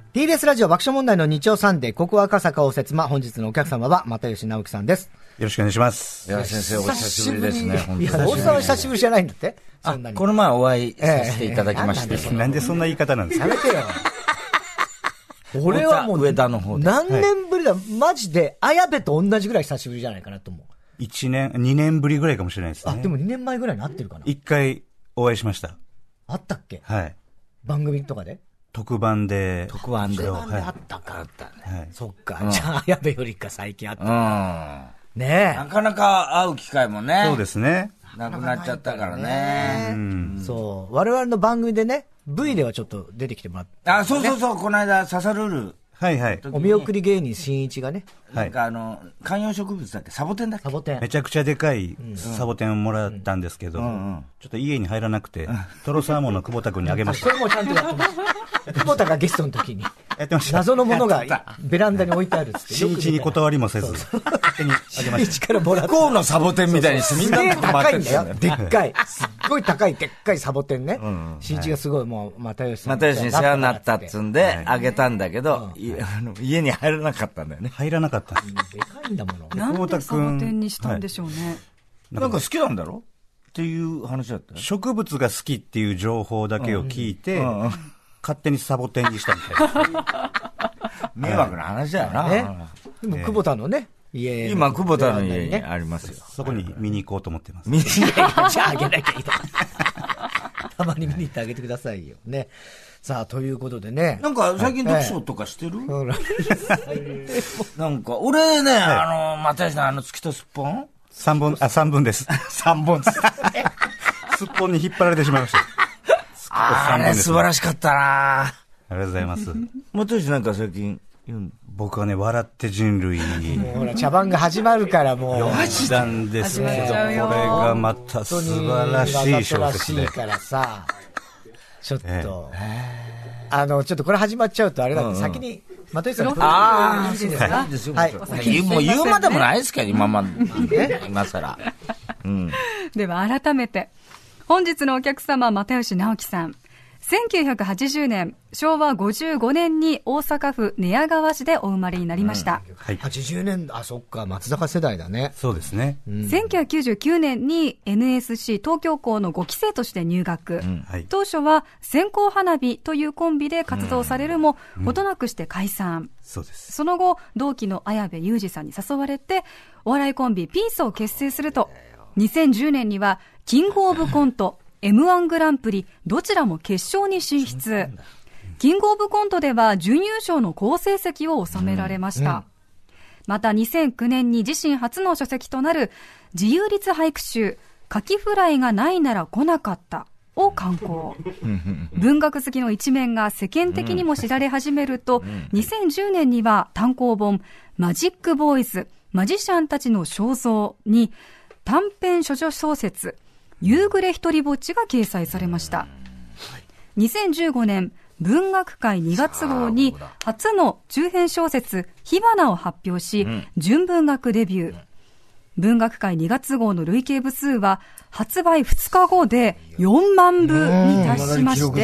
TBS ラジオ爆笑問題の日曜サンデー、ここ赤坂応接間、本日のお客様は又吉直樹さんです。 よろしくお願いします。 いや、先生、お久しぶりですね。 いや、大津さんは久しぶりじゃないんだって。そんなにこの前お会いさせていただきました。 なんでそんな言い方なんですか？ やめてよ。俺はもう、 上田の方で。 何年ぶりだ、マジで、綾部と同じぐらい久しぶりじゃないかなと思う。 2年ぶりぐらいかもしれないですね。 あ、でも2年前ぐらいに会ってるかな。 1回お会いしました。 あったっけ？ はい。 番組とかで特番で。 特番であったか。 あったね。 はい。そっか。じゃあ、綾部よりか最近あった。ねえ。 なかなか会う機会もね。 そうですね。 なくなっちゃったからね。 そう。我々の番組でね、V ではちょっと出てきてもらって。 あ、そう。この間、ササルール。 はいはい。 お見送り芸人新一がね。 なんか観葉植物だっけ？サボテンだっけ？ サボテン。 めちゃくちゃでかいサボテンをもらったんですけど、ちょっと家に入らなくて、トロサーモンの久保田君にあげました。 それもちゃんとやってます。久保田がゲストの時に。 やってました。 謎のものがベランダに置いてあるっつって。 新一に断りもせず、勝手にあげました。 新一からもらった。 向こうのサボテンみたいにしてみんな高いんだよ。でっかい。すっごい高い、でっかいサボテンね。新一がすごいもう、又吉さん。 又吉に世話になったっつんで、あげたんだけど、家に入らなかったんだよね。 入らなかった。 でかいんだもの。 なんでサボテンにしたんでしょうね。 なんか好きなんだろっていう話だったよ。 植物が好きっていう情報だけを聞いて、勝手にサボテンにしたみたいな。 迷惑な話だよな。 でも久保田のね、家。 今、久保田の家にありますよ。 そこに見に行こうと思ってます。 じゃああげなきゃいいと。たまに見に行ってあげてくださいよ。ね。さあ、ということでね。 なんか、最近読書とかしてる？なんか、俺ね、又吉さん、月とすっぽん 3本です。 3本です。 すっぽんに引っ張られてしまいました。 あれ、素晴らしかったな。 ありがとうございます。 又吉なんか最近読ん僕はね、笑って人類に。 ほら、茶番が始まるからもう。 読んだんですけど、これがまた素晴らしい小説で。 らしいからさ、ちょっと、ちょっとこれ始まっちゃうとあれなんで、先に、又吉さんのプロフィールいいですか？ いいですよ。はい。もう言うまでもないですけど、今更。 では改めて、本日のお客様、又吉直樹さん。1980年、昭和55年に大阪府寝屋川市でお生まれになりました。 80年、あ、そっか、松坂世代だね。 そうですね。 1999年に NSC 東京校の5期生として入学。当初は線香花火というコンビで活動されるも、ほどなくして解散。 そうです。 その後、同期の綾部祐二さんに誘われて、お笑いコンビピースを結成すると、2010年にはキングオブコント、M1 グランプリどちらも決勝に進出。キングオブコントでは準優勝の好成績を収められました。また2009年に自身初の書籍となる自由律俳句集カキフライがないなら来なかったを刊行。文学好きの一面が世間的にも知られ始めると、2010年には単行本マジックボーイズマジシャンたちの肖像に短編処女小説夕暮れ一人ぼっちが掲載されました。2015年文学界2月号に初の中編小説火花を発表し、純文学デビュー。文学界2月号の累計部数は発売2日後で4万部に達しまして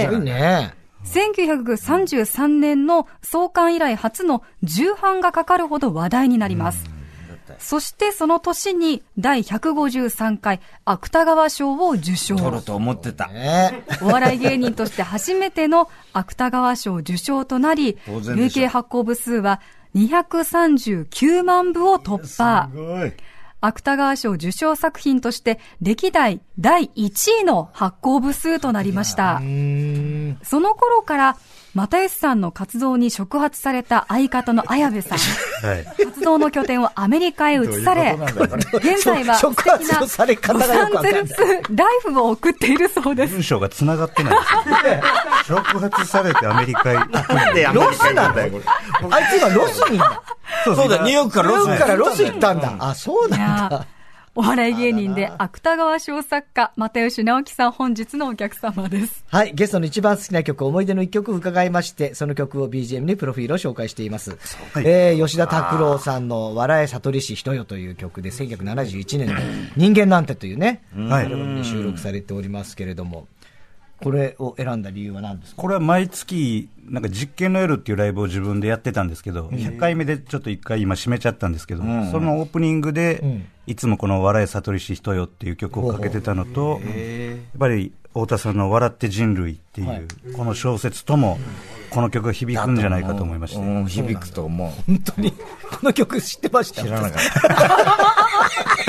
、1933年の創刊以来初の重版がかかるほど話題になります。そしてその年に第153回芥川賞を受賞。 取ると思ってた。 お笑い芸人として初めての芥川賞受賞となり、累計発行部数は239万部を突破。芥川賞受賞作品として歴代第1位の発行部数となりました。その頃から又吉さんの活動に触発された相方の綾部さん、活動の拠点をアメリカへ移され、現在は素敵なロサンゼルスライフを送っているそうです。 文章が繋がってないですよ。触発されてアメリカへ行くんで、 ロスなんだよ、これ。あいつ今ロスにいんだ。 そうだ、ニューヨークからロス行ったんだ。あ、そうなんだ。 お笑い芸人で芥川賞作家又吉直樹さん、本日のお客様です。 はい、ゲストの一番好きな曲、思い出の一曲を伺いまして、その曲を BGM にプロフィールを紹介しています。吉田拓郎さんの笑え悟りし人よという曲で1971年の人間なんてというね、アルバムに収録されておりますけれども、 これを選んだ理由は何ですか？ これは毎月、なんか実験の夜っていうライブを自分でやってたんですけど、100回目でちょっと1回今閉めちゃったんですけど、そのオープニングで、いつもこの笑え悟りし人よっていう曲をかけてたのと、やっぱり太田さんの笑って人類っていう、この小説とも、この曲が響くんじゃないかと思いまして。 響くと思う。 本当に、この曲知ってました？ 知らなかった。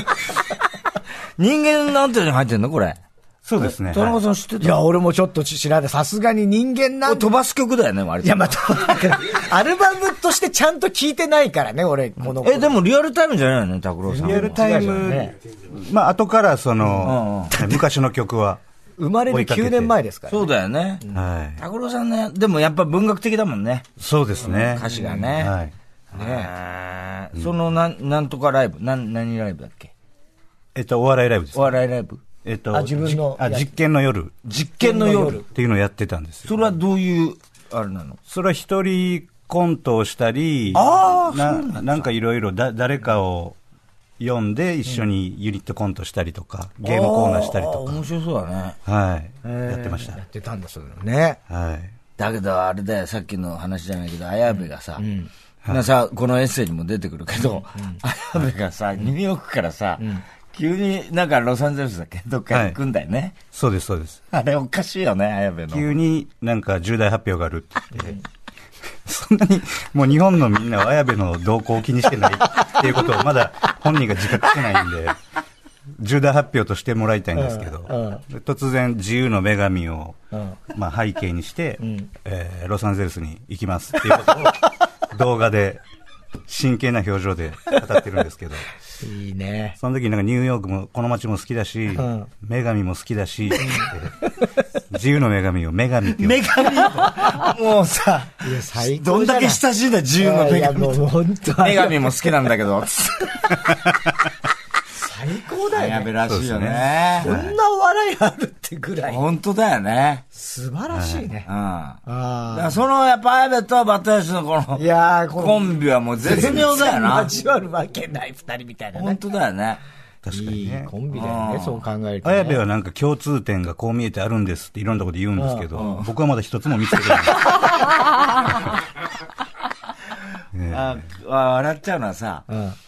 人間なんていうの入ってんのこれ。 そうですね。 田中さん知ってた？ いや、俺もちょっと知らない。さすがに人間なんて。 飛ばす曲だよね、割と。 いや、また、アルバムとしてちゃんと聴いてないからね、俺、この。 でもリアルタイムじゃないのね、拓郎さん。 リアルタイム、まあ、後からその、昔の曲は。 生まれる9年前ですから、 ね。そうだよね。はい。拓郎さんね、でもやっぱ文学的だもんね。 そうですね。 歌詞がね。はい。ね、そのなんとかライブ、何ライブだっけ？ お笑いライブです。 お笑いライブ？ 自分の。 実験の夜。 実験の夜っていうのをやってたんですよ。 それはどういう、あれなの？ それは一人コントをしたり、なんかいろいろ誰かを読んで一緒にユニットコントしたりとか、ゲームコーナーしたりとか。 面白そうだね。 はい。やってました。 やってたんだ、そういうのね。 はい。 だけどあれだよ、さっきの話じゃないけど、綾部がさ、このエッセイにも出てくるけど、綾部がさ、ニューヨークからさ、急になんかロサンゼルスだっけどっか行くんだよね。 そうです、そうです。 あれおかしいよね、綾部の。 急になんか重大発表があるって言って、そんなにもう日本のみんなは綾部の動向を気にしてないっていうことをまだ本人が自覚してないんで、重大発表としてもらいたいんですけど、突然自由の女神を、まあ背景にして、ロサンゼルスに行きますっていうことを動画で真剣な表情で語ってるんですけど。 いいね。 その時なんかニューヨークもこの街も好きだし、女神も好きだし、自由の女神を女神って呼んで。 女神もうさ、どんだけ親しんだ自由の女神。 もう本当女神も好きなんだけど。 最高だよね。 綾部らしいよね。 こんな笑いあるってぐらい。 本当だよね。 素晴らしいね。 だからそのやっぱ綾部とバタヤシのこの、 いやー、 コンビはもう絶妙だよな。 交わるわけない二人みたいなね。 本当だよね。 確かにね。 いいコンビだよね、そう考えると。 綾部はなんか共通点がこう見えてあるんですっていろんなこと言うんですけど、僕はまだ一つも見つけてない。 笑っちゃうのはさ、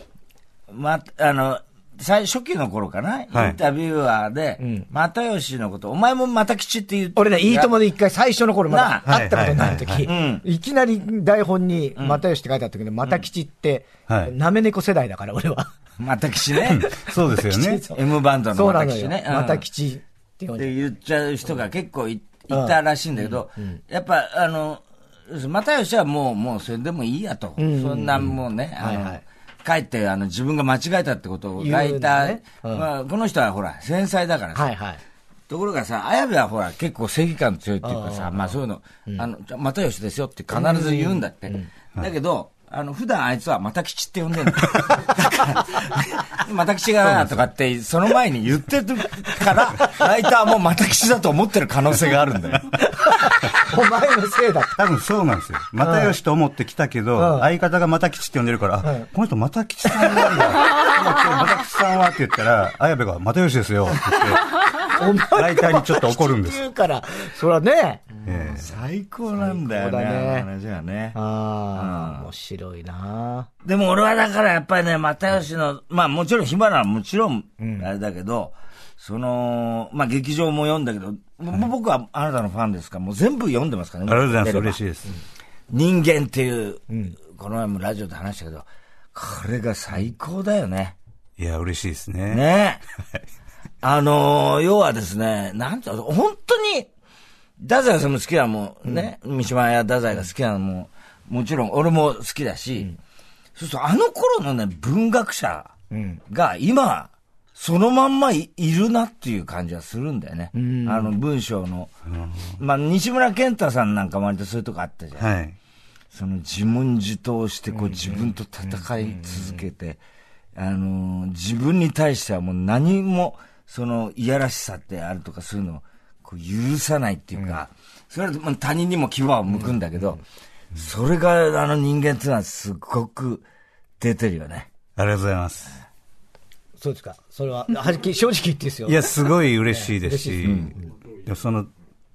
初期の頃かな、インタビュアーで、又吉のこと、お前も又吉って言って。 俺ね、いいともで一回最初の頃まだ会ったことない時、いきなり台本に又吉って書いてあったけど、又吉って、なめ猫世代だから俺は。 又吉ね。 そうですよね。 M バンドの又吉ね。 又吉って言っちゃう人が結構いたらしいんだけど、やっぱ又吉はもうそれでもいいやと。そんなもうね、かえって自分が間違えたってことを書いた、この人はほら繊細だからさ、ところがさ、綾部はほら結構正義感強いっていうかさ、まあそういうの又吉ですよって必ず言うんだって。だけど普段あいつは又吉って呼んでんだ。だから又吉がとかってその前に言ってるからライターも又吉だと思ってる可能性があるんだよ。 お前のせいだ。 多分そうなんですよ。又吉と思ってきたけど、相方が又吉って呼んでるから、この人又吉さんなんだ。又吉さんはって言ったら、綾部が又吉ですよって言って、ライターにちょっと怒るんです。 言うから、そらね。 最高なんだよね。話はね。 面白いな。 でも俺はだからやっぱりね、又吉の、まあもちろん暇なのはもちろん、あれだけど、まあ劇場も読んだけど、僕はあなたのファンですから、もう全部読んでますからね。 ありがとうございます。嬉しいです。 人間っていう、この前もラジオで話したけど、これが最高だよね。 いや、嬉しいですね。 ね。要はですね、本当に、太宰さんも好きなのもね、三島や太宰が好きなのも、もちろん俺も好きだし、そうするとあの頃のね、文学者が今、そのまんま いるなっていう感じはするんだよね。文章の。まあ、西村健太さんなんか割とそういうとこあったじゃん。はい。その自問自答して、こう自分と戦い続けて、自分に対してはもう何も、いやらしさってあるとかそういうのをこう許さないっていうか、それは他人にも牙を向くんだけど、それが人間っていうのはすごく出てるよね。 ありがとうございます。 そうですか。それは、正直言ってですよ。 いや、すごい嬉しいですし、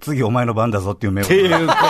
次お前の番だぞっていう目を。 っていうこと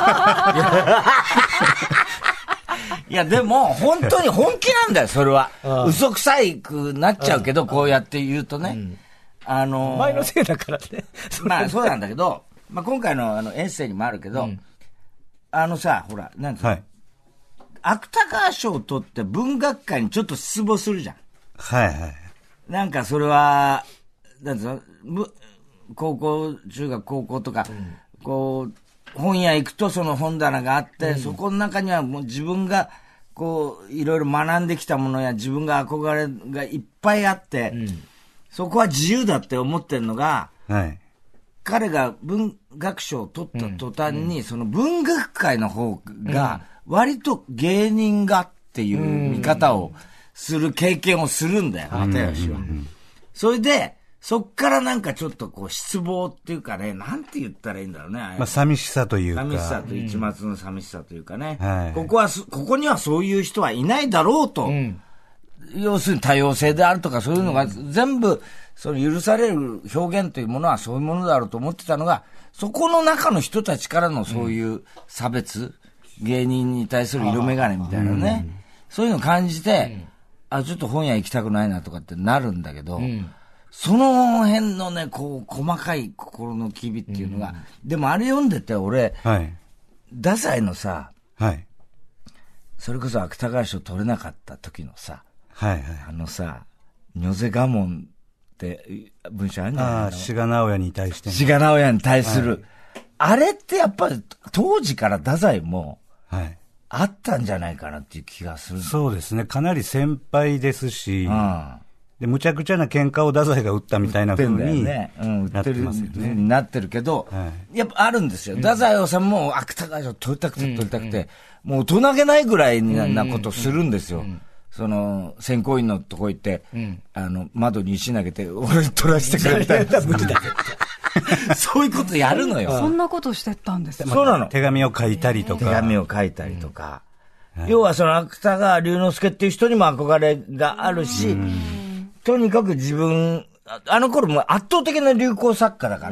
いや、でも、本当に本気なんだよ、それは。嘘くさいくなっちゃうけど、こうやって言うとね。 前のせいだからね。 まあ、そうなんだけど、まあ、今回のエッセイにもあるけど、さ、ほら、なんつうの、 はい。 芥川賞を取って文学界にちょっと失望するじゃん。 はいはい。 なんかそれは、なんつうの、高校、中学、高校とか、こう、本屋行くとその本棚があって、そこの中にはもう自分が、こう、いろいろ学んできたものや自分が憧れがいっぱいあって、そこは自由だって思ってるのが、 はい。 彼が文学賞を取った途端に、その文学界の方が、割と芸人がっていう見方をする経験をするんだよ、又吉は。それで、そっからなんかちょっとこう失望っていうかね、なんて言ったらいいんだろうね。 まあ、寂しさというか。 寂しさと一末の寂しさというかね。 はい。 ここにはそういう人はいないだろうと。要するに多様性であるとかそういうのが全部、その許される表現というものはそういうものだろうと思ってたのが、そこの中の人たちからのそういう差別、芸人に対する色眼鏡みたいなね。そういうのを感じて、ちょっと本屋行きたくないなとかってなるんだけど、その辺のね、こう、細かい心の機微っていうのが、でもあれ読んでて俺、 はい。 太宰のさ、 はい。 それこそ芥川賞取れなかった時のさ、 はいはい。 如是我門って文章あるんじゃないの？ 志賀直哉に対して。 志賀直哉に対する、あれってやっぱり当時から太宰も、 はい。 あったんじゃないかなっていう気がする。 そうですね。かなり先輩ですし、で、むちゃくちゃな喧嘩を太宰が打ったみたいな風になってますよね。 なってるけど、やっぱあるんですよ。太宰治も芥川賞取りたくて、もう大人げないぐらいなことするんですよ。その、選考員のとこ行って、窓に石投げて、俺取らせてくれみたいな。そういうことやるのよ。 そんなことしてたんですよ。 そうなの。 手紙を書いたりとか。 手紙を書いたりとか。要はその芥川龍之介っていう人にも憧れがあるし、とにかく自分、あの頃も圧倒的な流行作家だから、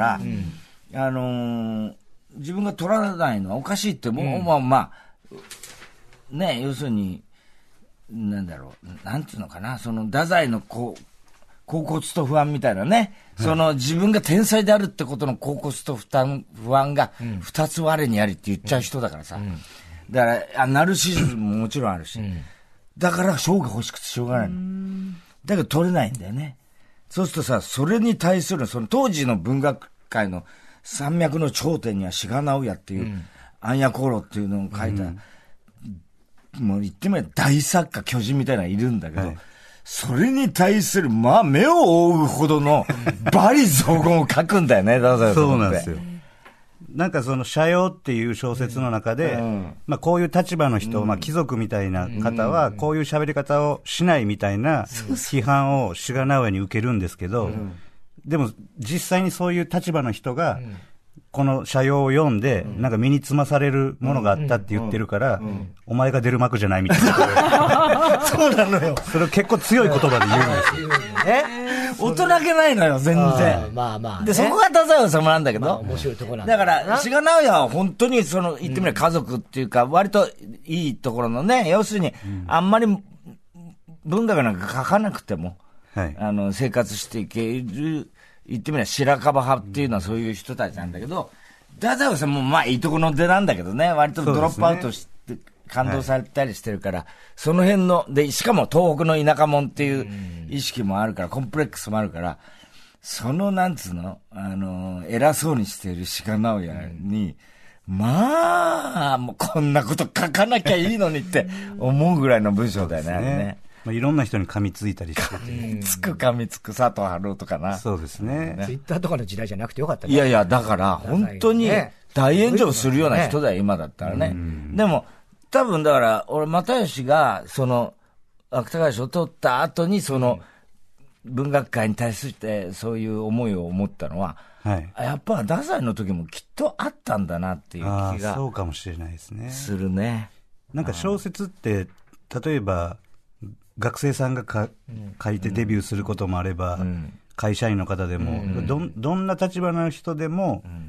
自分が取らないのはおかしいって、まあ、ね、要するに、なんだろう、なんていうのかな、その太宰の恍惚と不安みたいなね、その自分が天才であるってことの恍惚と不安が二つ我にありって言っちゃう人だからさ。だからナルシズムももちろんあるし、だから賞が欲しくてしょうがないの。だけど取れないんだよね。そうするとさ、それに対するその当時の文学界の山脈の頂点には志賀直哉っていう暗夜航路っていうのを書いた、もう言ってみれば大作家巨人みたいなのがいるんだけど、それに対する、まあ、目を覆うほどの、罵詈雑言を書くんだよね、だからそうなんですよ。なんかその、斜陽っていう小説の中で、まあ、こういう立場の人、まあ、貴族みたいな方は、こういう喋り方をしないみたいな批判を志賀直哉に受けるんですけど、でも、実際にそういう立場の人が、この斜陽を読んで、なんか身につまされるものがあったって言ってるから、お前が出る幕じゃないみたいな。 そうなのよ。 それを結構強い言葉で言うんですよ。 大人げないのよ、全然。 まあまあ。 で、そこが太宰治なんだけど。 面白いところなんだ。 だから、志賀直哉は本当にその、言ってみれば家族っていうか、割といいところのね、要するに、あんまり文学なんか書かなくても、生活していける、言ってみれば白樺派っていうのはそういう人たちなんだけど、太宰治もまあいいとこの出なんだけどね、割とドロップアウトして感動されたりしてるから、その辺の、で、しかも東北の田舎者っていう意識もあるから、コンプレックスもあるから、そのなんつうの、偉そうにしている志賀直哉に、まあ、もうこんなこと書かなきゃいいのにって思うぐらいの文章だよね、あれね。 まあ、いろんな人に噛みついたりしてて。 噛みつく佐藤春夫とかな。 そうですね。 ツイッターとかの時代じゃなくてよかったね。 いやいや、だから、本当に大炎上するような人だよ、今だったらね。でも、多分だから、俺、又吉が、その、芥川賞を取った後に、その、文学界に対して、そういう思いを思ったのは、やっぱ、太宰の時もきっとあったんだなっていう気が。 そうかもしれないですね。 するね。 なんか小説って、例えば、学生さんが書いてデビューすることもあれば、会社員の方でも、どんな立場の人でも、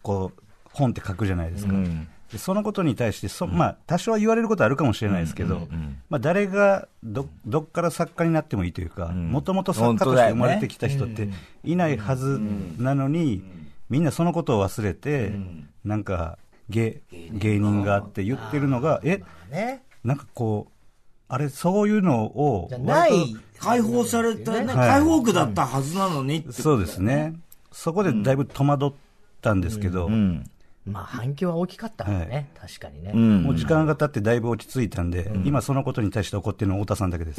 こう、本って書くじゃないですか。でそのことに対してまあ、多少は言われることはあるかもしれないですけど、まあ、誰がどっから作家になってもいいというか、もともと作家として生まれてきた人っていないはずなのに、みんなそのことを忘れて、なんか芸人がって言ってるのが、なんかこう、あれ、そういうのを、 じゃない、 解放されたね、解放区だったはずなのにって、 そうですね。そこでだいぶ戸惑ったんですけど、 まあ反響は大きかったからね、確かにね。 もう時間が経ってだいぶ落ち着いたんで、今そのことに対して怒ってるのは太田さんだけです。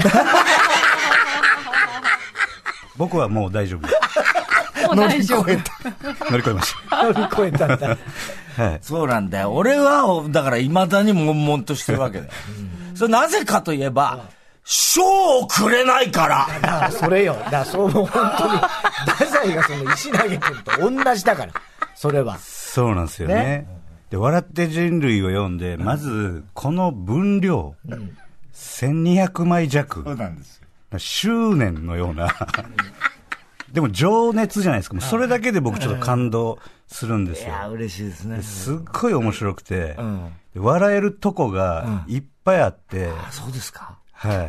僕はもう大丈夫。 もう大丈夫。 乗り越えました。 乗り越えたんだ。 はい。 そうなんだよ。俺は、だから未だに悶々としてるわけだよ。それなぜかといえば、賞をくれないから。 だからそれよ。だからそう、もう本当に、太宰がその石投げ君と同じだから。それは。 そうなんですよね。で、笑って人類を読んで、まず、この分量、1200枚弱。 そうなんですよ。 執念のような。でも情熱じゃないですか。もうそれだけで僕ちょっと感動するんですよ。 いや、嬉しいですね。 すっごい面白くて、笑えるとこがいっぱいあって。 あ、そうですか。 はい。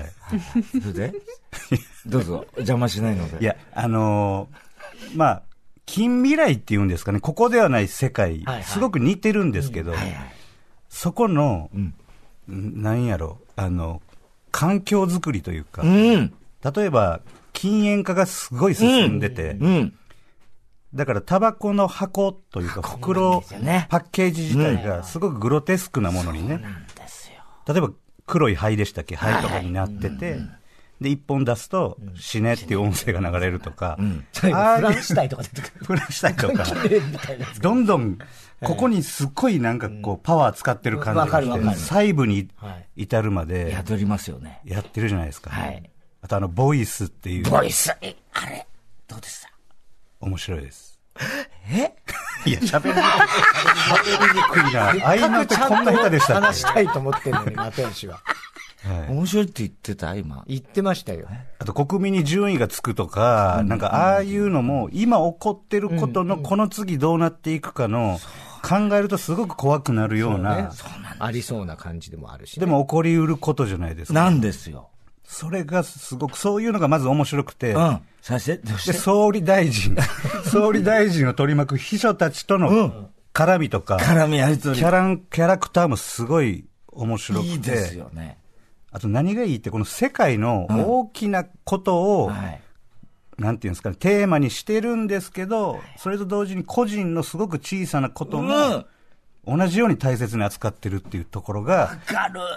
それでどうぞ、邪魔しないので。 いや、まあ、近未来っていうんですかね、ここではない世界、すごく似てるんですけど、そこの、なんやろ、環境づくりというか、例えば、禁煙化がすごい進んでて、だからタバコの箱というか袋、パッケージ自体がすごくグロテスクなものにね、例えば黒い灰でしたっけ、灰とかになってて、で、一本出すと、死ねっていう音声が流れるとか、 フランシュタイとか出てくる。 フランシュタイとか、どんどん、ここにすっごいなんかこう、パワー使ってる感じがして、細部に至るまで、 宿りますよね。 やってるじゃないですか。 はい。 あとボイスっていう。 ボイス、あれ、どうでした？ 面白いです。 いや、喋りにくいな。あいのってこんな下手でしたっけ？ 話したいと思ってんのに、又吉は。 面白いって言ってた今。 言ってましたよ。 あと国民に順位がつくとか、なんかああいうのも、今起こってることのこの次どうなっていくかの、考えるとすごく怖くなるような。 ありそうな感じでもあるし。 でも起こりうることじゃないですか。 なんですよ。 それがすごく、そういうのがまず面白くて。 さして、 で、総理大臣を取り巻く秘書たちとの絡みとか、 絡みやりとり。 キャラクターもすごい面白くて。 いいですよね。 あと何がいいって、この世界の大きなことを、なんていうんですかね、テーマにしてるんですけど、それと同時に個人のすごく小さなことも、同じように大切に扱ってるっていうところが。 わかる。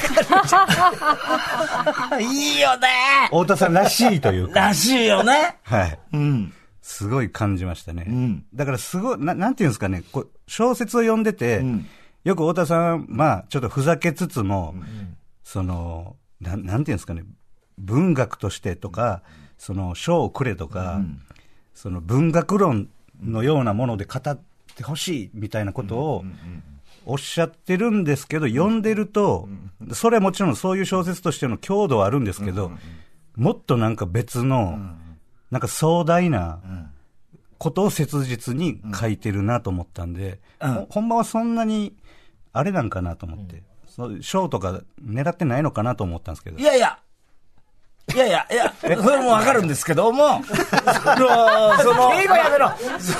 いいよね。 太田さんらしいというか。 らしいよね。 はい。すごい感じましたね。だからすごい、なんていうんですかね、小説を読んでて、よく太田さん、まあ、ちょっとふざけつつも、なんていうんですかね、文学としてとか、賞をくれとか、文学論のようなもので語ってほしいみたいなことをおっしゃってるんですけど、読んでると、それはもちろんそういう小説としての強度はあるんですけど、もっとなんか別の、なんか壮大なことを切実に書いてるなと思ったんで、ほんまはそんなにあれなんかなと思って、賞とか狙ってないのかなと思ったんですけど。 いや、それもわかるんですけども、 英語やめろ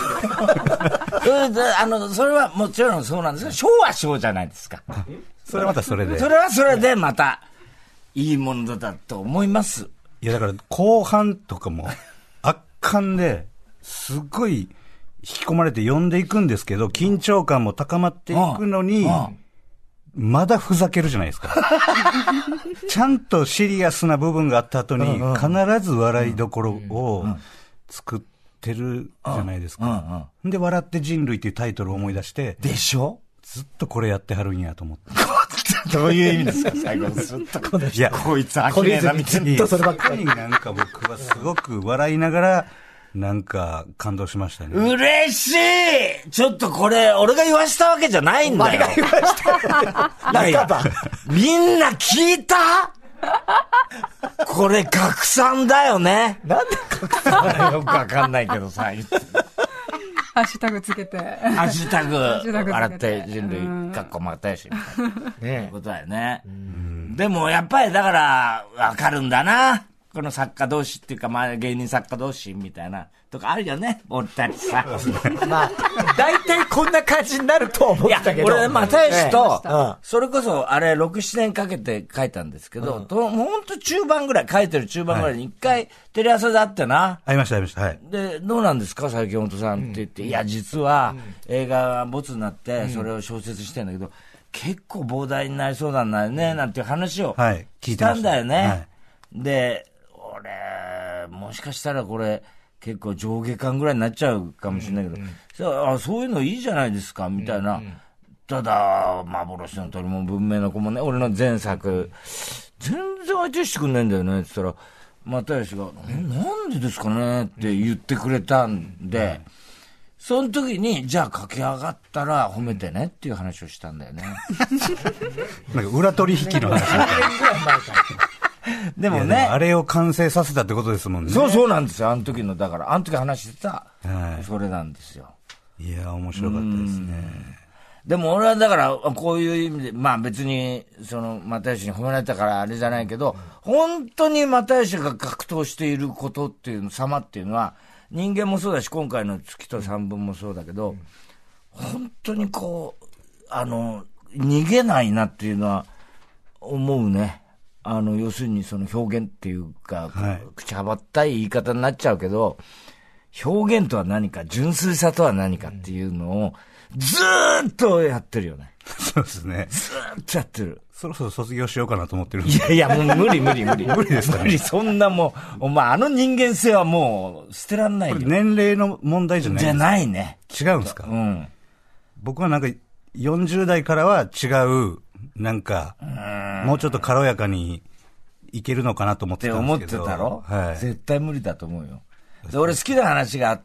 それはもちろんそうなんですけど、賞は賞じゃないですか。 それはまたそれで。 それはそれでまた、いいものだと思います。 いや、だから後半とかも圧巻で、すっごい引き込まれて読んでいくんですけど、緊張感も高まっていくのに、まだふざけるじゃないですか。ちゃんとシリアスな部分があった後に、必ず笑いどころを作ってるじゃないですか。で、笑って人類っていうタイトルを思い出して。 でしょ？ ずっとこれやってはるんやと思って。 どういう意味ですか、最後ずっとこの人。いや、こいつ呆れなみたいに。 ずっとそればっかり。 なんか僕はすごく笑いながら、なんか感動しましたね。 嬉しい！ちょっとこれ、俺が言わしたわけじゃないんだよ。 言わしたみんな聞いた？これ拡散だよね。 なんで拡散よくわかんないけどさ。 ハッシュタグつけて。 ハッシュタグ、笑って人類、かっこ又吉みたいな。ねえ。ことだよね。でもやっぱりだから、わかるんだな。この作家同士っていうか、まあ芸人作家同士みたいな、とかあるよね。俺たちさ。 まあ、大体こんな感じになるとは思ったけど。 いや、俺、又吉と、それこそ、あれ、6、7年かけて書いたんですけど、ほんと中盤ぐらい、書いてる中盤ぐらいに一回、テレ朝で会ってな。 ありました、ありました。はい。 で、どうなんですか、最近本さんって言って、いや、実は、映画がボツになって、それを小説してんだけど、結構膨大になりそうなんだよね、なんていう話を、したんだよね。で、俺、もしかしたらこれ、結構上下巻ぐらいになっちゃうかもしれないけど、そういうのいいじゃないですか、みたいな。ただ、幻の鳥も文明の子もね、俺の前作、全然相手してくんないんだよね、って言ったら、又吉が、なんでですかねって言ってくれたんで、その時に、じゃあ駆け上がったら褒めてねっていう話をしたんだよね。 なんか裏取引の話。 でもね。 あれを完成させたってことですもんね。 そうなんですよ。あの時の、だから、あの時話してた、それなんですよ。 いや、面白かったですね。 でも俺はだから、こういう意味で、まあ別に、又吉に褒められたからあれじゃないけど、本当に又吉が格闘していることっていうの、様っていうのは、人間もそうだし、今回の月と三分もそうだけど、本当にこう、逃げないなっていうのは、思うね。要するにその表現っていうか、口はばったい言い方になっちゃうけど、表現とは何か、純粋さとは何かっていうのを、ずーっとやってるよね。 そうですね。 ずーっとやってる。 そろそろ卒業しようかなと思ってるんで。 いや、もう無理。無理ですかね。 無理、そんなもう、お前人間性はもう捨てらんないよ。 これ年齢の問題じゃないですか。 じゃないね。 違うんですか？うん。僕はなんか、40代からは違う、なんか、もうちょっと軽やかにいけるのかなと思ってたんですけど。 って思ってたろ？ はい。 絶対無理だと思うよ。で、俺好きな話があって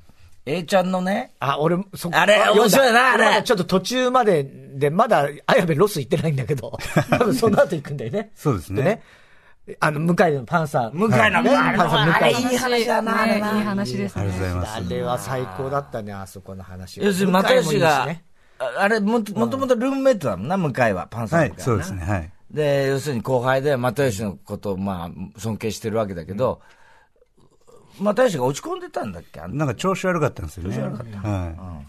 、A ちゃんのね。 俺、 あれ、面白いな、あれ。 ちょっと途中までで、まだ、綾部ロス行ってないんだけど、多分その後行くんだよね。 そうですね。 向井のパンサー。 向井のパンサー。あれ、いい話だな、 いい話ですね。 ありがとうございます。 あれは最高だったね、あそこの話。 要するに、又吉が、あれ、もともとルームメイトだもんな、向井は、パンサーの。 はい、そうですね、はい。 で、要するに後輩で、又吉のことを、まあ、尊敬してるわけだけど、又吉が落ち込んでたんだっけ？ なんか調子悪かったんですよね。 調子悪かった。 はい。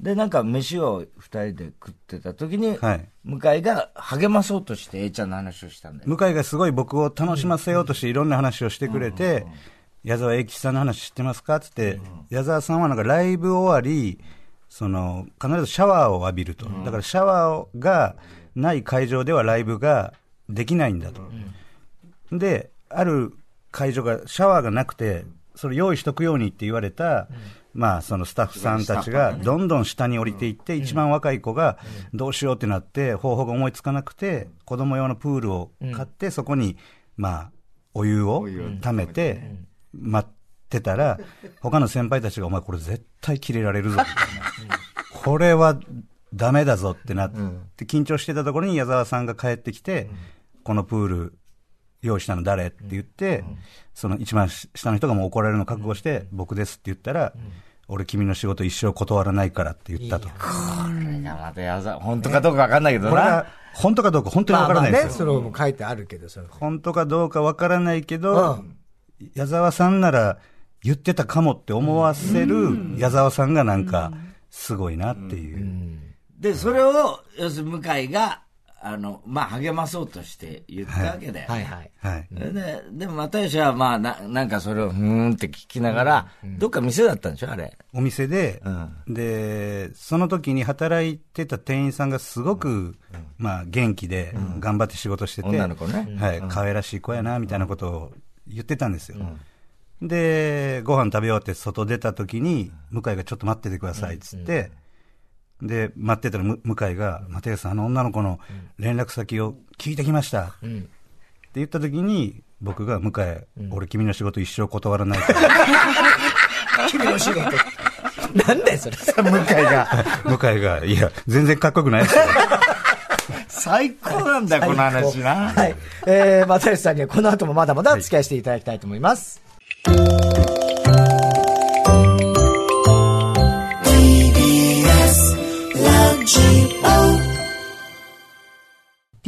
で、なんか飯を二人で食ってた時に、向井が励まそうとして A ちゃんの話をしたんだよ。 向井がすごい僕を楽しませようとしていろんな話をしてくれて、矢沢永吉さんの話知ってますかって言って、矢沢さんはなんかライブ終わり、必ずシャワーを浴びると。だからシャワーがない会場ではライブができないんだと。で、ある会場がシャワーがなくて、それ用意しとくようにって言われた、まあそのスタッフさんたちがどんどん下に降りていって、一番若い子がどうしようってなって方法が思いつかなくて、子供用のプールを買って、そこにまあお湯を溜めて待ってたら、他の先輩たちがお前これ絶対切れられるぞみたいな、これはダメだぞってなって緊張してたところに矢沢さんが帰ってきて、このプール用意したの誰って言って、その一番下の人がもう怒られるのを覚悟して、僕ですって言ったら、俺君の仕事一生断らないからって言ったと。これがまた矢沢、本当かどうか分かんないけどな。 これが本当かどうか本当に分からないですよ。 それも書いてあるけど、 本当かどうか分からないけど、矢沢さんなら言ってたかもって思わせる矢沢さんがなんかすごいなっていう。 で、それを、要するに向井が、まあ、励まそうとして言ったわけだよね。 はい。 でも、又吉は、まあ、なんかそれを、って聞きながら、どっか店だったんでしょ、あれ。 お店で、で、その時に働いてた店員さんがすごく、まあ、元気で、頑張って仕事してて、 女の子ね。 はい、可愛らしい子やな、みたいなことを言ってたんですよ。で、ご飯食べようって外出た時に、向井がちょっと待っててください、つって、で、待ってたら向井が、又吉さん、女の子の連絡先を聞いてきました。って言った時に、僕が向井、俺君の仕事一生断らないから。 君の仕事。なんだよ、それ。 向井が、いや、全然かっこよくないですよ。 最高なんだよ、この話な。 はい。又吉さんにはこの後もまだまだ付き合いしていただきたいと思います。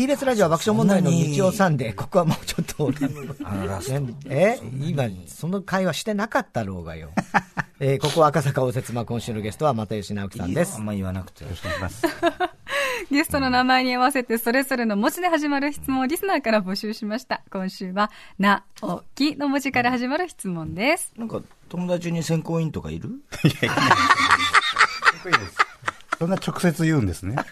TBS ラジオは爆笑問題の日曜サンデー。ここはもうちょっと、 ラスト。 今、その会話してなかったろうがよ。ここは赤坂応接間、今週のゲストは又吉直樹さんです。 あんま言わなくて。よろしくお願いします。 ゲストの名前に合わせてそれぞれの文字で始まる質問をリスナーから募集しました。今週は、な、お、きの文字から始まる質問です。 なんか、友達に選考委員とかいる？ いや、いない。そんな直接言うんですね。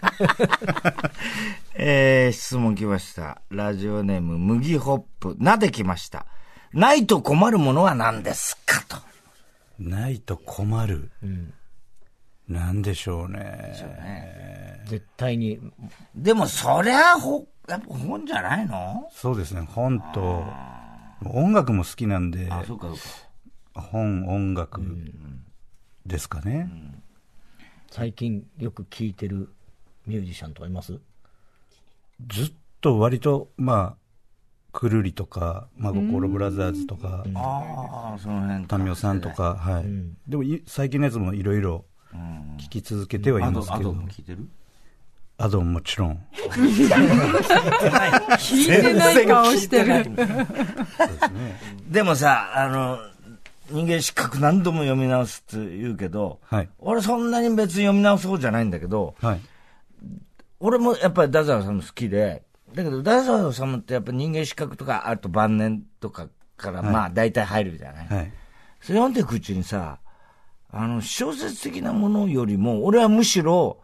質問来ました。ラジオネーム、麦ホップ。なできました。ないと困るものは何ですかと。 ないと困る。なんでしょうね。 絶対に。 でも、そりゃ、やっぱ本じゃないの？ そうですね。本と、音楽も好きなんで、 そうか。 本、音楽ですかね。 最近よく聴いてるミュージシャンとかいます？ ずっと割と、くるりとか、真心ブラザーズとか、 その辺。 タミオさんとか、はい。でも、最近のやつもいろいろ聴き続けてはいますけど。 アドも聴いてる？ アドもちろん。 聞いてない顔してる。 そうですね。 でもさ、人間失格何度も読み直すって言うけど、 はい、 俺そんなに別に読み直す方じゃないんだけど、 はい、 俺もやっぱり太宰治好きで、だけど太宰治ってやっぱ人間失格とか、あと晩年とかから大体入るじゃない、はい、それ読んでいくうちにさ、小説的なものよりも、俺はむしろ、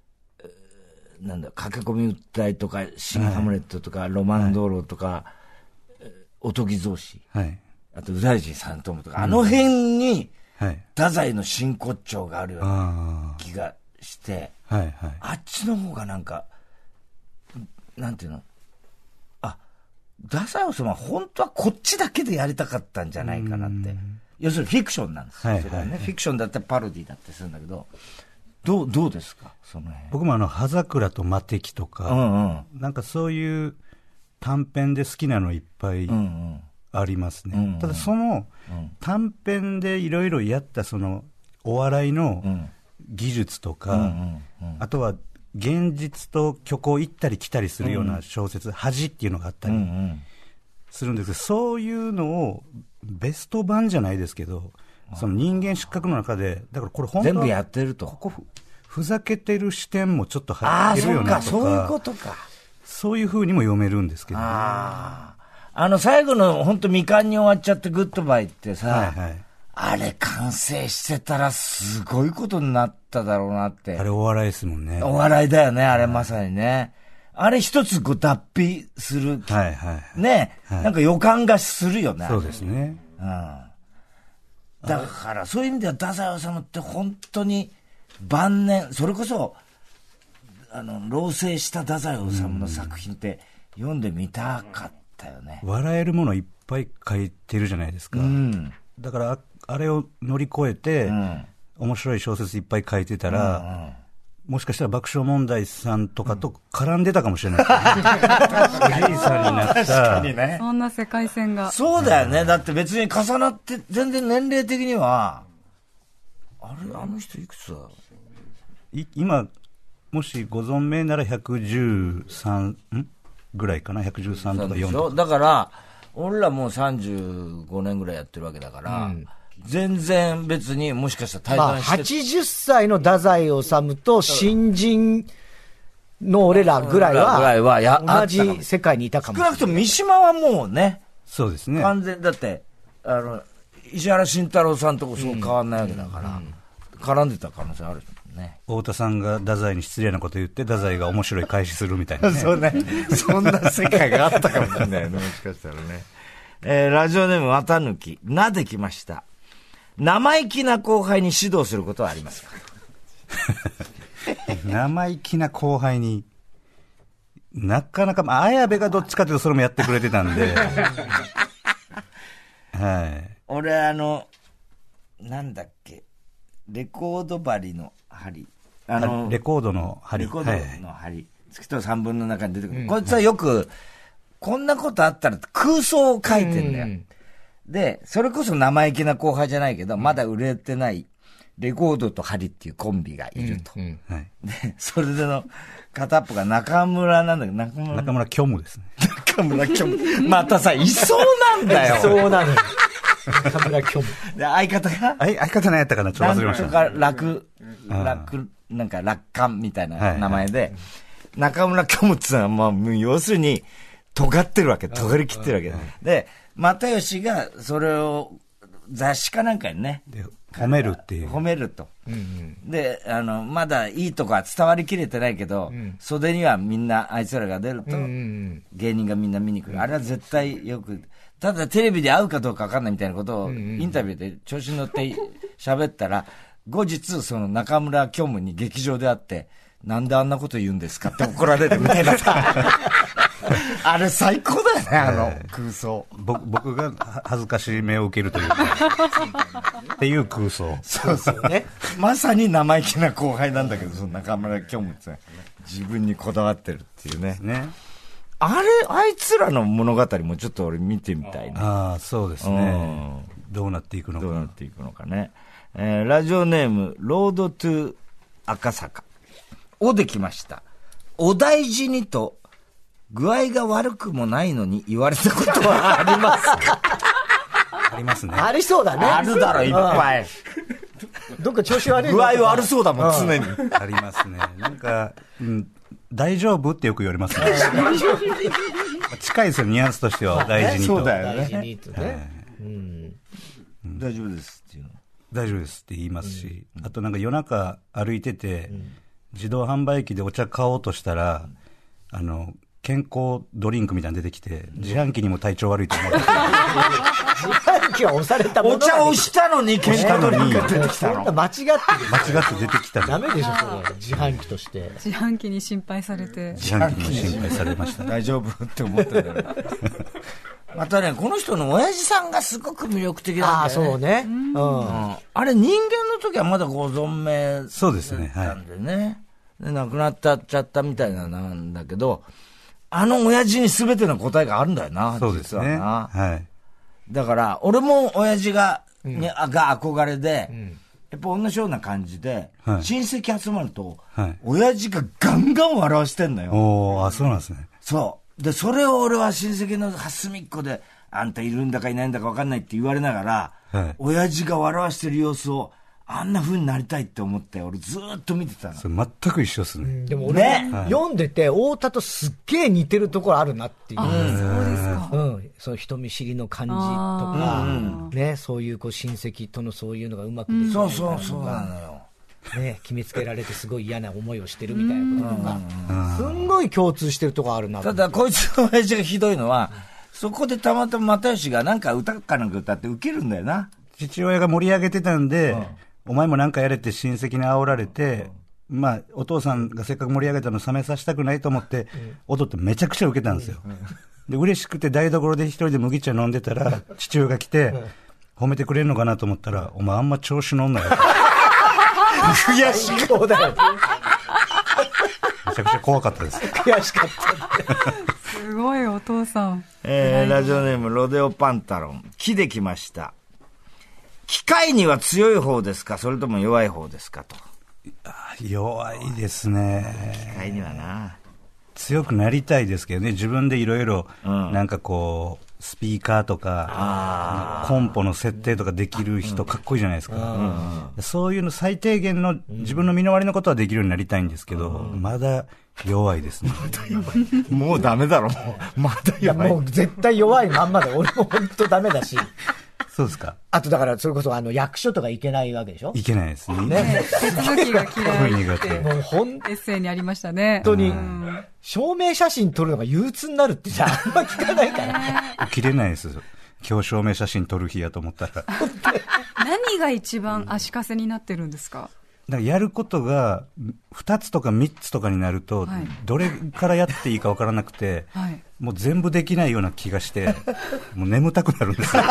駆け込み訴えとか、新ハムレットとか、ロマン道路とか、おとぎ造詞。はいあと、右大臣三友とか、あの辺に、太宰の真骨頂があるような気がして、あっちの方がなんていうの太宰治は本当はこっちだけでやりたかったんじゃないかなって。要するにフィクションなんですよ。それはね。フィクションだったらパロディだってするんだけど、どうですかその辺。 僕も葉桜と魔敵とか、なんかそういう短編で好きなのいっぱい、ありますね。ただその短編でいろいろやったそのお笑いの技術とか、あとは現実と虚構行ったり来たりするような小説、恥っていうのがあったりするんですけど、そういうのをベスト版じゃないですけど、その人間失格の中で、だからこれ本当は全部やってると。 ここふざけてる視点もちょっと入ってるようなとか、 そういうことか。 そういう風にも読めるんですけどね。 最後の本当未完に終わっちゃってグッドバイってさ、あれ完成してたらすごいことになっただろうなって。 あれお笑いですもんね。 お笑いだよね、あれまさにね。あれ一つ脱皮する。ね、なんか予感がするよね。 そうですね。 だからそういう意味では太宰治って本当に晩年、それこそ、老成した太宰治の作品って読んでみたかった。 笑えるものいっぱい書いてるじゃないですか、だからあれを乗り越えて、面白い小説いっぱい書いてたら、もしかしたら爆笑問題さんとかと絡んでたかもしれないですね、おじいさんになった。 確かにね。 そんな世界線が。 そうだよね。だって別に重なって、全然年齢的には、あの人いくつだ今、もしご存命なら113、ぐらいかな、113とか4とか。 だから、俺らもう35年ぐらいやってるわけだから、全然別にもしかしたら対談して80歳の太宰治と新人の俺らぐらいは、同じ世界にいたかもしれない。 少なくとも三島はもうね、 そうですね。 完全だって、石原慎太郎さんとこそう変わんないわけだから、絡んでた可能性ある。ね、 太田さんが太宰に失礼なこと言って、太宰が面白い返しするみたいな、ね。 そうね。そんな世界があったかもしれないよね、もしかしたらね。ラジオネーム、わたぬき。なできました。生意気な後輩に指導することはありますか？ 生意気な後輩に、なかなか、綾部がどっちかというとそれもやってくれてたんで。はい。 俺、なんだっけ。レコード針の針。 レコードの針。 レコードの針。月と3分の中に出てくる。こいつはよく、こんなことあったら空想を書いてんだよ。で、それこそ生意気な後輩じゃないけど、まだ売れてないレコードとハリっていうコンビがいると。 はい。 で、それでの片っぽが中村なんだけど、 中村虚無ですね。 中村虚無。またさ、いそうなんだよ。 いそうなのよ。中村虚無。 で、相方が相方何やったかなちょっと忘れました。 なんか楽観みたいな名前で、中村虚無ってのは、まあ、要するに、尖ってるわけ。尖り切ってるわけ。で、又吉がそれを雑誌かなんかにね、 褒めるっていう。 褒めると。で、まだいいとこは伝わりきれてないけど、袖にはみんなあいつらが出ると、芸人がみんな見に来る。あれは絶対よく、ただテレビで会うかどうか分かんないみたいなことをインタビューで調子に乗って喋ったら、後日その中村虚無に劇場で会って、なんであんなこと言うんですかって怒られるみたいなさ。あれ最高だよね、空想。 僕が恥ずかしめを受けるというかっていう空想。 そうそうね。まさに生意気な後輩なんだけど、その中村虚無って自分にこだわってるっていうね。あいつらの物語もちょっと俺見てみたいね。 ああ、そうですね。どうなっていくのか。 どうなっていくのかね。ラジオネーム、ロードトゥ赤坂。おできました。お大事にと、具合が悪くもないのに言われたことはありますか？ ありますね。 ありそうだね。 あるだろ、いっぱい。 どっか調子悪い具合悪そうだもん、常に。 ありますね。なんか、大丈夫ってよく言われますね。近いですよ、ニュアンスとしては、大事にと。 そうだよね。 大事にとね。 大丈夫ですっていうの。 大丈夫ですって言いますし、あとなんか夜中歩いてて、自動販売機でお茶買おうとしたら、健康ドリンクみたいなの出てきて、自販機にも体調悪いと思って。自販機は押されたもの。 お茶をしたのに健康ドリンクが出てきたの。 間違ってる。 間違って出てきたの。 ダメでしょ、それ。自販機として。 自販機に心配されて。 自販機に心配されました。 大丈夫って思ってたよ。またね、この人の親父さんがすごく魅力的なんだよね。 ああ、そうね。 あれ人間の時はまだご存命。 そうですね。はい。 なんでね。で亡くなっちゃったみたいなんだけど、親父に全ての答えがあるんだよな。 そうですね。はい。 だから、俺も親父が憧れで、やっぱ同じような感じで、親戚集まると、親父がガンガン笑わしてんのよ。 おー、そうなんですね。 そう。で、それを俺は親戚の隅っこで、あんたいるんだかいないんだか分かんないって言われながら、親父が笑わしてる様子を、あんな風になりたいって思って、俺ずーっと見てたの。 それ全く一緒ですね。 でも俺も読んでて、太田とすっげえ似てるところあるなっていう。 そうですか。 そう人見知りの感じとか、ね、そういう親戚とのそういうのがうまくできてる。 そうなのよ。 ね、決めつけられてすごい嫌な思いをしてるみたいなこととか、すんごい共通してるとこあるな。 ただ、こいつの親父がひどいのは、そこでたまたま又吉がなんか歌かなんか歌ってウケるんだよな。 父親が盛り上げてたんで、お前もなんかやれって親戚に煽られて、まあ、お父さんがせっかく盛り上げたの冷めさせたくないと思って、踊ってめちゃくちゃ受けたんですよ。で、嬉しくて台所で一人で麦茶飲んでたら、父親が来て、褒めてくれるのかなと思ったら、お前あんま調子乗んなよ。 悔しい。 そうだよ。 めちゃくちゃ怖かったです。 悔しかった。 すごいお父さん。 ラジオネームロデオパンタロン。木できました。機械には強い方ですか、それとも弱い方ですかと。 弱いですね。 機械にはな。 強くなりたいですけどね、自分でいろいろ、なんかこう、スピーカーとか、コンポの設定とかできる人、かっこいいじゃないですか。そういうの最低限の自分の身の回りのことはできるようになりたいんですけど、まだ弱いですね。 もうダメだろ、まだ弱い。 もう絶対弱いまんまで、俺も本当ダメだし。 そうですか。 あとだから、それこそ役所とか行けないわけでしょ。 行けないですね。 手続きが嫌いって。 もうエッセイにありましたね。 本当に。証明写真撮るのが憂鬱になるってさ、あんま聞かないから。 起きれないですよ。今日証明写真撮る日やと思ったら。 何が一番足かせになってるんですか？ だからやることが2つとか3つとかになると、どれからやっていいか分からなくて、もう全部できないような気がして、もう眠たくなるんですよ。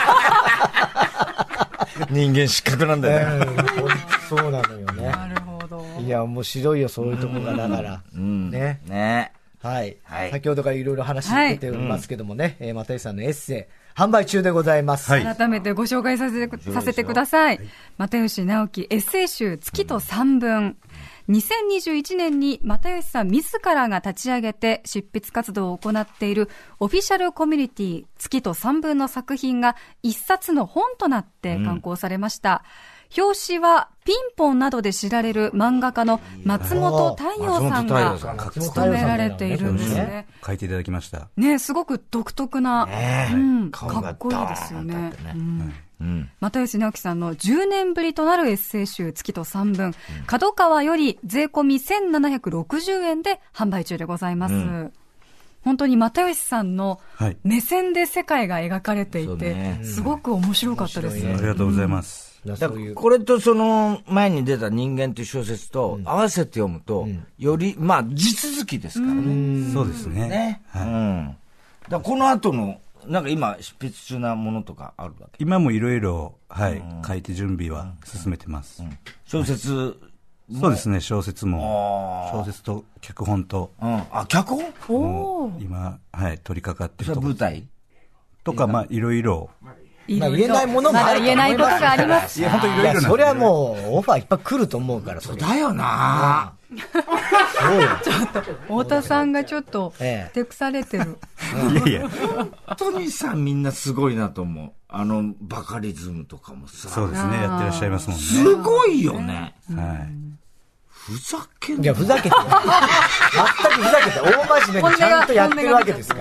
人間失格なんだよね。 そうなのよね。 なるほど。 いや、面白いよ、そういうとこがだから。ね。はい。先ほどからいろいろ話出ておりますけどもね、又吉さんのエッセイ、 販売中でございます。 はい改めてご紹介させてください。又吉直樹エッセイ集月と三文。2021年に又吉さん自らが立ち上げて執筆活動を行っているオフィシャルコミュニティ月と三文の作品が一冊の本となって刊行されました。表紙はピンポンなどで知られる漫画家の松本太陽さんが務められているんですね。 書いていただきました。 ね、すごく独特な、かっこいいですよね。又吉直樹さんの10年ぶりとなるエッセイ集月と三文、角川より税込み1760円で販売中でございます。本当に又吉さんの目線で世界が描かれていて、すごく面白かったです。 ありがとうございます。 だからこれとその前に出た人間という小説と合わせて読むと、より、まあ地続きですからね。 そうですね。 だからこの後の、なんか今執筆中なものとかあるわけ？ 今もいろいろ、書いて準備は進めてます。 小説？ そうですね、小説も。小説と脚本と。 脚本？ 今、取り掛かってるとこ。 舞台とか、まあ、いろいろ。 言えないものもある。 まだ言えないことがあります。 いや、本当いろいろな。 それはもう、オファーいっぱい来ると思うから、 そうだよなそうよ。 ちょっと、太田さんがちょっと、てくされてる。 いやいや。 本当にさ、みんなすごいなと思う。バカリズムとかもさ。 そうですね、やってらっしゃいますもんね。 すごいよね。ふざけんな。 いや、ふざけて。全くふざけて、大真面目にちゃんとやってるわけですから。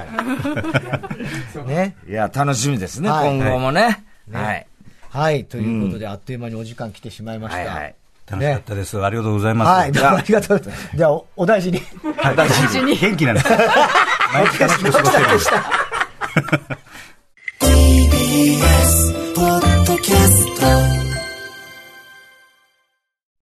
ね。 いや、楽しみですね、今後もね。はい。 はい、ということで、あっという間にお時間来てしまいました。 楽しかったです。ありがとうございます。 はい、どうもありがとうございます。じゃあ、お大事に。 お大事に。元気なんです。毎日楽しく過ごしてるんです。 TBS ポッドキャスト